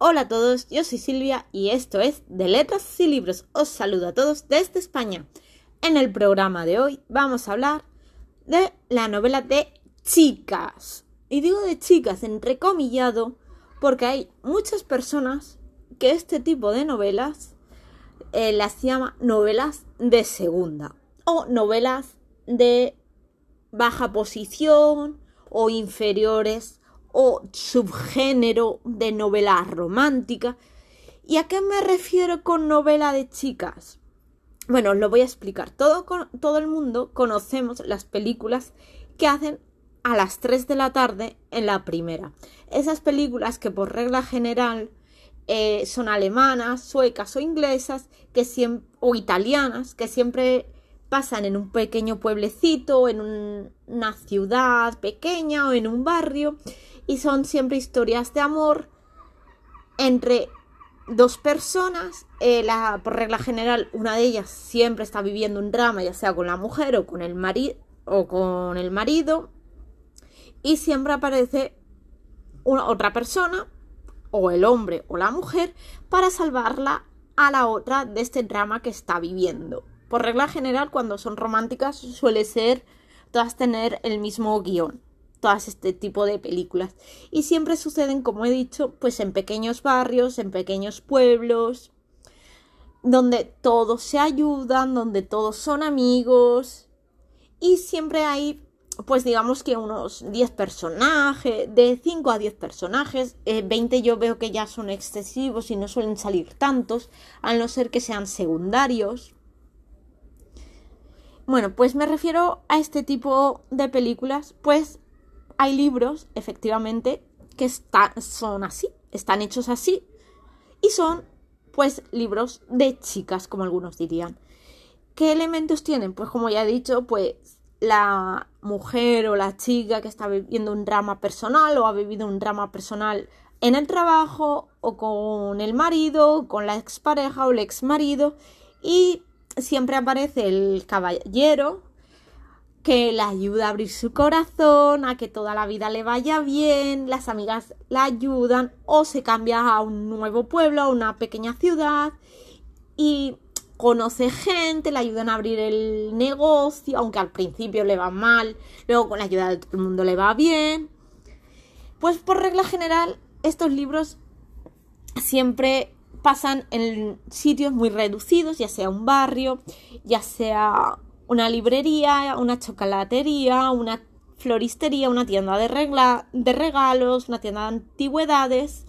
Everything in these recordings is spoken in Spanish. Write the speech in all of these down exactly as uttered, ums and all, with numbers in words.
Hola a todos, yo soy Silvia y esto es De Letras y Libros. Os saludo a todos desde España. En el programa de hoy vamos a hablar de la novela de chicas. Y digo de chicas entrecomillado porque hay muchas personas que este tipo de novelas eh, las llama novelas de segunda o novelas de baja posición o inferiores o subgénero de novela romántica. ¿Y a qué me refiero con novela de chicas? Bueno, os lo voy a explicar. Todo, todo el mundo conocemos las películas que hacen a las tres de la tarde en la primera. Esas películas que por regla general eh, son alemanas, suecas o inglesas que siempre, o italianas, que siempre pasan en un pequeño pueblecito, en un, una ciudad pequeña o en un barrio. Y son siempre historias de amor entre dos personas. Eh, la, por regla general, una de ellas siempre está viviendo un drama, ya sea con la mujer o con el marido, o con el marido. Y siempre aparece una, otra persona, o el hombre o la mujer, para salvarla a la otra de este drama que está viviendo. Por regla general, cuando son románticas, suele ser todas tener el mismo guión. Todas este tipo de películas. Y siempre suceden, como he dicho, pues en pequeños barrios, en pequeños pueblos, donde todos se ayudan, donde todos son amigos. Y siempre hay, pues digamos que unos diez personajes, de cinco a diez personajes. eh, veinte yo veo que ya son excesivos y no suelen salir tantos, a no ser que sean secundarios. Bueno, pues me refiero a este tipo de películas, pues hay libros, efectivamente, que está, son así, están hechos así, y son, pues, libros de chicas, como algunos dirían. ¿Qué elementos tienen? Pues, como ya he dicho, pues, la mujer o la chica que está viviendo un drama personal o ha vivido un drama personal en el trabajo o con el marido, con la expareja o el exmarido, y siempre aparece el caballero que la ayuda a abrir su corazón, a que toda la vida le vaya bien, las amigas la ayudan o se cambia a un nuevo pueblo, a una pequeña ciudad y conoce gente, le ayudan a abrir el negocio, aunque al principio le va mal, luego con la ayuda de todo el mundo le va bien. Pues por regla general estos libros siempre pasan en sitios muy reducidos, ya sea un barrio, ya sea una librería, una chocolatería, una floristería, una tienda de, regla, de regalos, una tienda de antigüedades.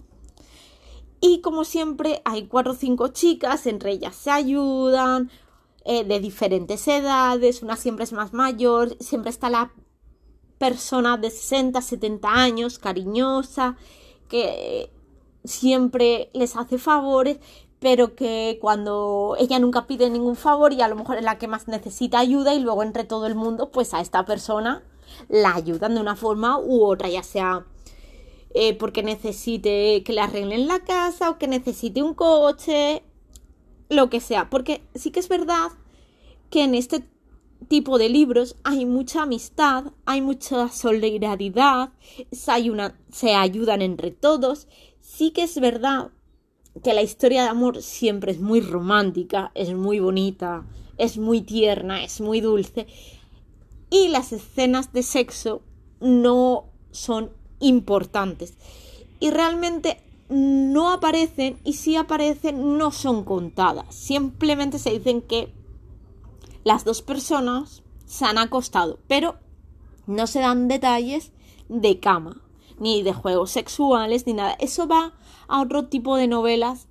Y como siempre hay cuatro o cinco chicas, entre ellas se ayudan, eh, de diferentes edades, una siempre es más mayor, siempre está la persona de sesenta, setenta años, cariñosa, que siempre les hace favores, pero que cuando ella nunca pide ningún favor y a lo mejor es la que más necesita ayuda, y luego entre todo el mundo pues a esta persona la ayudan de una forma u otra, ya sea eh, porque necesite que le arreglen la casa o que necesite un coche, lo que sea, porque sí que es verdad que en este tipo de libros hay mucha amistad, hay mucha solidaridad, se, hay una, se ayudan entre todos. Sí que es verdad que la historia de amor siempre es muy romántica, es muy bonita, es muy tierna, es muy dulce, y las escenas de sexo no son importantes y realmente no aparecen, y si aparecen no son contadas, simplemente se dicen que las dos personas se han acostado, pero no se dan detalles de cama, ni de juegos sexuales, ni nada. Eso va a otro tipo de novelas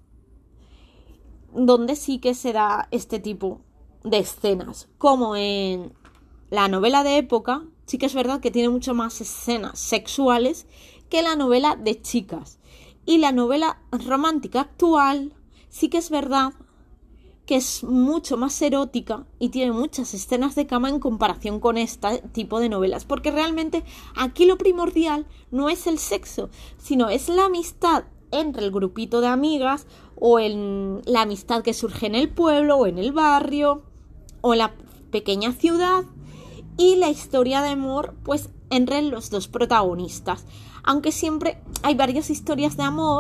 donde sí que se da este tipo de escenas, como en la novela de época. Sí que es verdad que tiene mucho más escenas sexuales que la novela de chicas, y la novela romántica actual sí que es verdad que es mucho más erótica y tiene muchas escenas de cama en comparación con este tipo de novelas, porque realmente aquí lo primordial no es el sexo, sino es la amistad entre el grupito de amigas, o en la amistad que surge en el pueblo o en el barrio o en la pequeña ciudad, y la historia de amor pues entre los dos protagonistas, aunque siempre hay varias historias de amor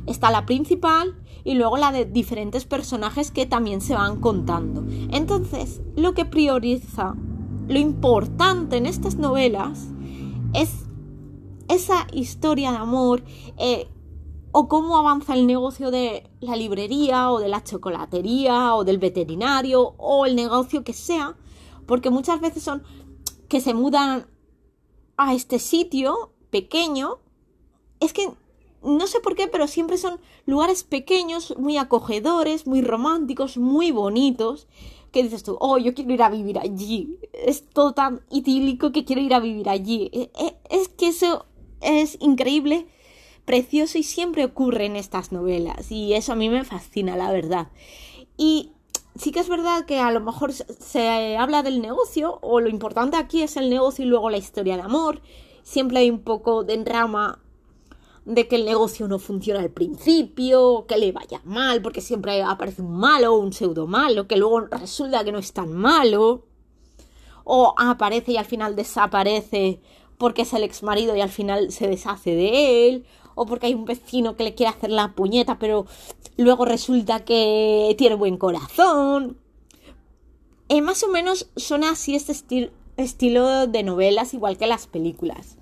Está la principal y luego la de diferentes personajes que también se van contando. Entonces, lo que prioriza, lo importante en estas novelas es esa historia de amor, eh, o cómo avanza el negocio de la librería o de la chocolatería o del veterinario o el negocio que sea, porque muchas veces son que se mudan a este sitio pequeño. Es que no sé por qué, pero siempre son lugares pequeños, muy acogedores, muy románticos, muy bonitos, que dices tú, oh, yo quiero ir a vivir allí. Es todo tan idílico que quiero ir a vivir allí. Es que eso es increíble, precioso, y siempre ocurre en estas novelas, y eso a mí me fascina, la verdad. Y sí que es verdad que a lo mejor se, se habla del negocio, o lo importante aquí es el negocio y luego la historia de amor. Siempre hay un poco de drama de que el negocio no funciona al principio, que le vaya mal, porque siempre aparece un malo o un pseudo malo, que luego resulta que no es tan malo, o aparece y al final desaparece porque es el exmarido y al final se deshace de él, o porque hay un vecino que le quiere hacer la puñeta pero luego resulta que tiene buen corazón. Eh, más o menos son así este esti- estilo de novelas, igual que las películas.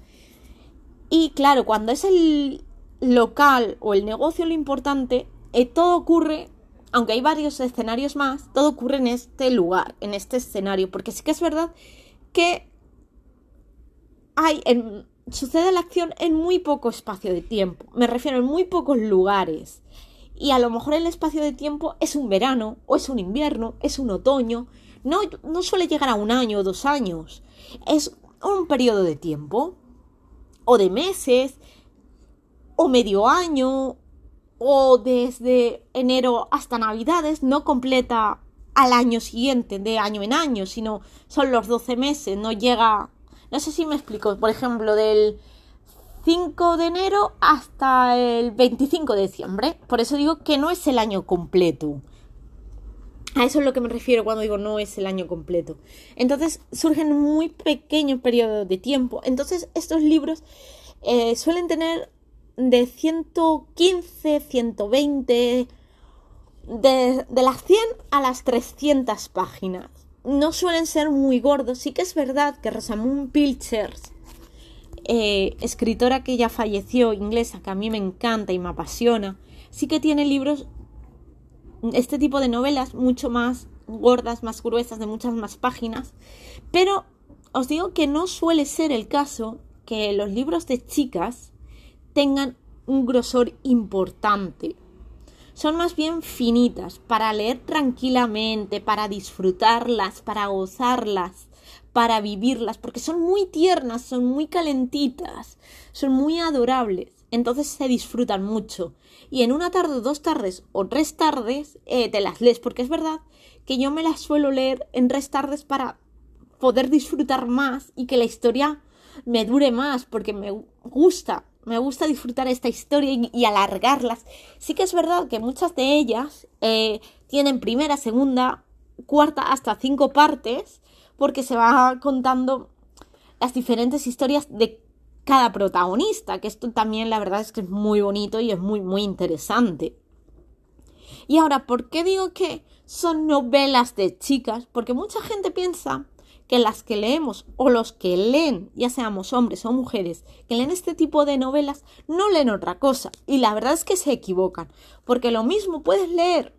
Y claro, cuando es el local o el negocio lo importante, eh, todo ocurre, aunque hay varios escenarios más, todo ocurre en este lugar, en este escenario, porque sí que es verdad que hay en, sucede la acción en muy poco espacio de tiempo. Me refiero en muy pocos lugares. Y a lo mejor el espacio de tiempo es un verano, o es un invierno, es un otoño. No, no suele llegar a un año o dos años. Es un periodo de tiempo, o de meses, o medio año, o desde enero hasta Navidades. No completa al año siguiente, de año en año, sino son los doce meses. No llega... No sé si me explico. Por ejemplo, del cinco de enero hasta el veinticinco de diciembre. Por eso digo que no es el año completo. A eso es lo que me refiero cuando digo no es el año completo. Entonces surgen muy pequeños periodos de tiempo. Entonces estos libros eh, suelen tener de ciento quince, ciento veinte, de, de las cien a las trescientas páginas. No suelen ser muy gordos. Sí que es verdad que Rosamund Pilcher, eh, escritora que ya falleció, inglesa, que a mí me encanta y me apasiona, sí que tiene libros, este tipo de novelas, mucho más gordas, más gruesas, de muchas más páginas. Pero os digo que no suele ser el caso que los libros de chicas tengan un grosor importante. Son más bien finitas, para leer tranquilamente, para disfrutarlas, para gozarlas, para vivirlas, porque son muy tiernas, son muy calentitas, son muy adorables. Entonces se disfrutan mucho. Y en una tarde, dos tardes o tres tardes eh, te las lees, porque es verdad que yo me las suelo leer en tres tardes para poder disfrutar más y que la historia me dure más, porque me gusta. Me gusta disfrutar esta historia y, y alargarlas. Sí que es verdad que muchas de ellas eh, tienen primera, segunda, cuarta, hasta cinco partes, porque se va contando las diferentes historias de cada protagonista, que esto también la verdad es que es muy bonito y es muy, muy interesante. Y ahora, ¿por qué digo que son novelas de chicas? Porque mucha gente piensa que las que leemos, o los que leen, ya seamos hombres o mujeres, que leen este tipo de novelas, no leen otra cosa. Y la verdad es que se equivocan. Porque lo mismo puedes leer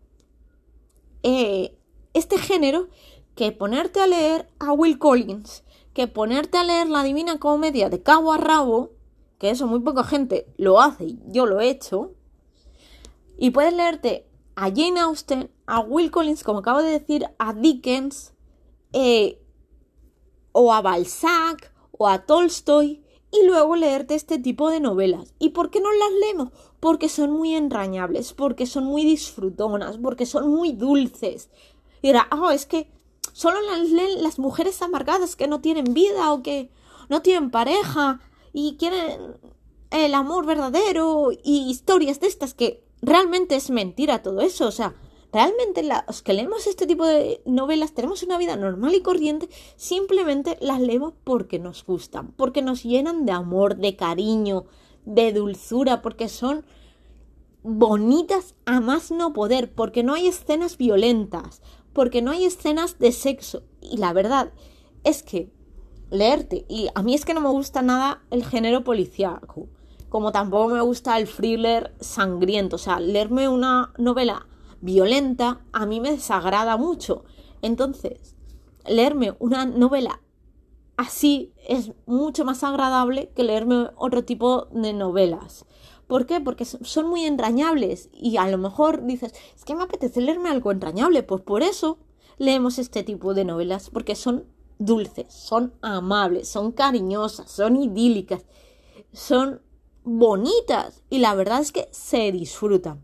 eh, este género que ponerte a leer a Will Collins, que ponerte a leer la Divina Comedia de cabo a rabo, que eso muy poca gente lo hace y yo lo he hecho. Y puedes leerte a Jane Austen, a Will Collins, como acabo de decir, a Dickens, eh, o a Balzac, o a Tolstoy, y luego leerte este tipo de novelas. ¿Y por qué no las leemos? Porque son muy entrañables, porque son muy disfrutonas, porque son muy dulces. Y dirá, oh, es que solo las leen las mujeres amargadas que no tienen vida o que no tienen pareja y quieren el amor verdadero y historias de estas, que realmente es mentira todo eso. O sea, realmente los que leemos este tipo de novelas tenemos una vida normal y corriente, simplemente las leemos porque nos gustan, porque nos llenan de amor, de cariño, de dulzura, porque son bonitas a más no poder, porque no hay escenas violentas, porque no hay escenas de sexo. Y la verdad es que leerte, y a mí es que no me gusta nada el género policíaco, como tampoco me gusta el thriller sangriento. O sea, leerme una novela violenta a mí me desagrada mucho. Entonces, leerme una novela así es mucho más agradable que leerme otro tipo de novelas. ¿Por qué? Porque son muy entrañables y a lo mejor dices, es que me apetece leerme algo entrañable. Pues por eso leemos este tipo de novelas, porque son dulces, son amables, son cariñosas, son idílicas, son bonitas y la verdad es que se disfrutan.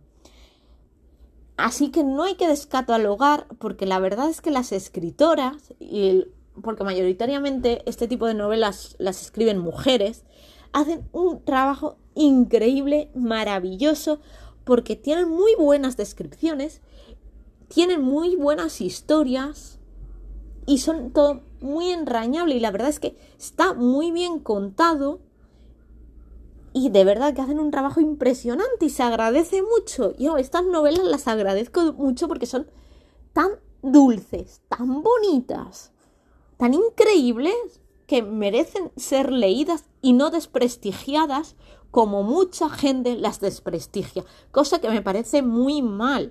Así que no hay que descatalogar, porque la verdad es que las escritoras, y el, porque mayoritariamente este tipo de novelas las escriben mujeres, hacen un trabajo increíble, maravilloso, porque tienen muy buenas descripciones, tienen muy buenas historias y son todo muy entrañable y la verdad es que está muy bien contado y de verdad que hacen un trabajo impresionante y se agradece mucho. Yo estas novelas las agradezco mucho porque son tan dulces, tan bonitas, tan increíbles, que merecen ser leídas y no desprestigiadas como mucha gente las desprestigia, cosa que me parece muy mal.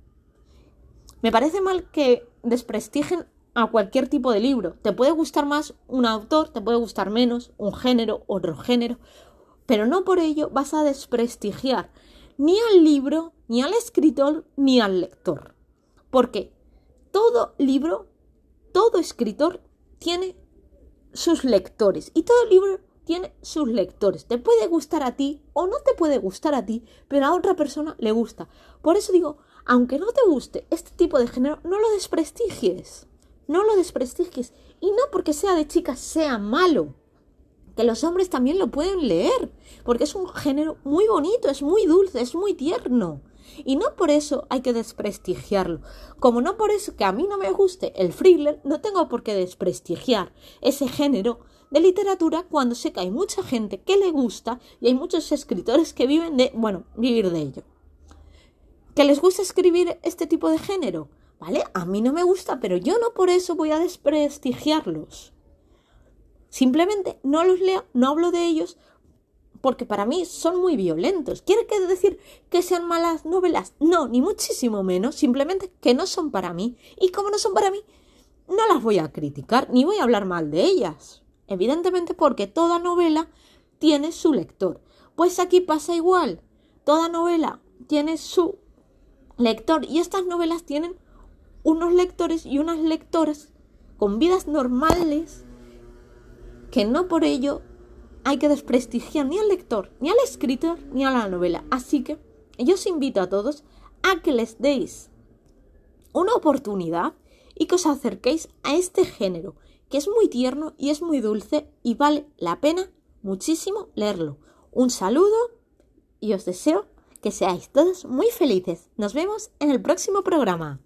Me parece mal que desprestigien a cualquier tipo de libro. Te puede gustar más un autor, te puede gustar menos un género, otro género, pero no por ello vas a desprestigiar ni al libro, ni al escritor, ni al lector. Porque todo libro, todo escritor tiene sus lectores y todo libro tiene sus lectores. Te puede gustar a ti o no te puede gustar a ti, pero a otra persona le gusta. Por eso digo, aunque no te guste este tipo de género, no lo desprestigies. No lo desprestigies. Y no porque sea de chicas sea malo. Que los hombres también lo pueden leer. Porque es un género muy bonito, es muy dulce, es muy tierno. Y no por eso hay que desprestigiarlo. Como no por eso que a mí no me guste el thriller, no tengo por qué desprestigiar ese género de literatura cuando sé que hay mucha gente que le gusta y hay muchos escritores que viven de, bueno, vivir de ello. ¿Que les gusta escribir este tipo de género? ¿Vale? A mí no me gusta, pero yo no por eso voy a desprestigiarlos. Simplemente no los leo, no hablo de ellos, porque para mí son muy violentos. ¿Quiere decir que sean malas novelas? No, ni muchísimo menos, simplemente que no son para mí. Y como no son para mí, no las voy a criticar, ni voy a hablar mal de ellas. Evidentemente porque toda novela tiene su lector. Pues aquí pasa igual. Toda novela tiene su lector y estas novelas tienen unos lectores y unas lectoras con vidas normales, que no por ello hay que desprestigiar ni al lector, ni al escritor, ni a la novela. Así que yo os invito a todos a que les deis una oportunidad y que os acerquéis a este género, que es muy tierno y es muy dulce y vale la pena muchísimo leerlo. Un saludo y os deseo que seáis todos muy felices. Nos vemos en el próximo programa.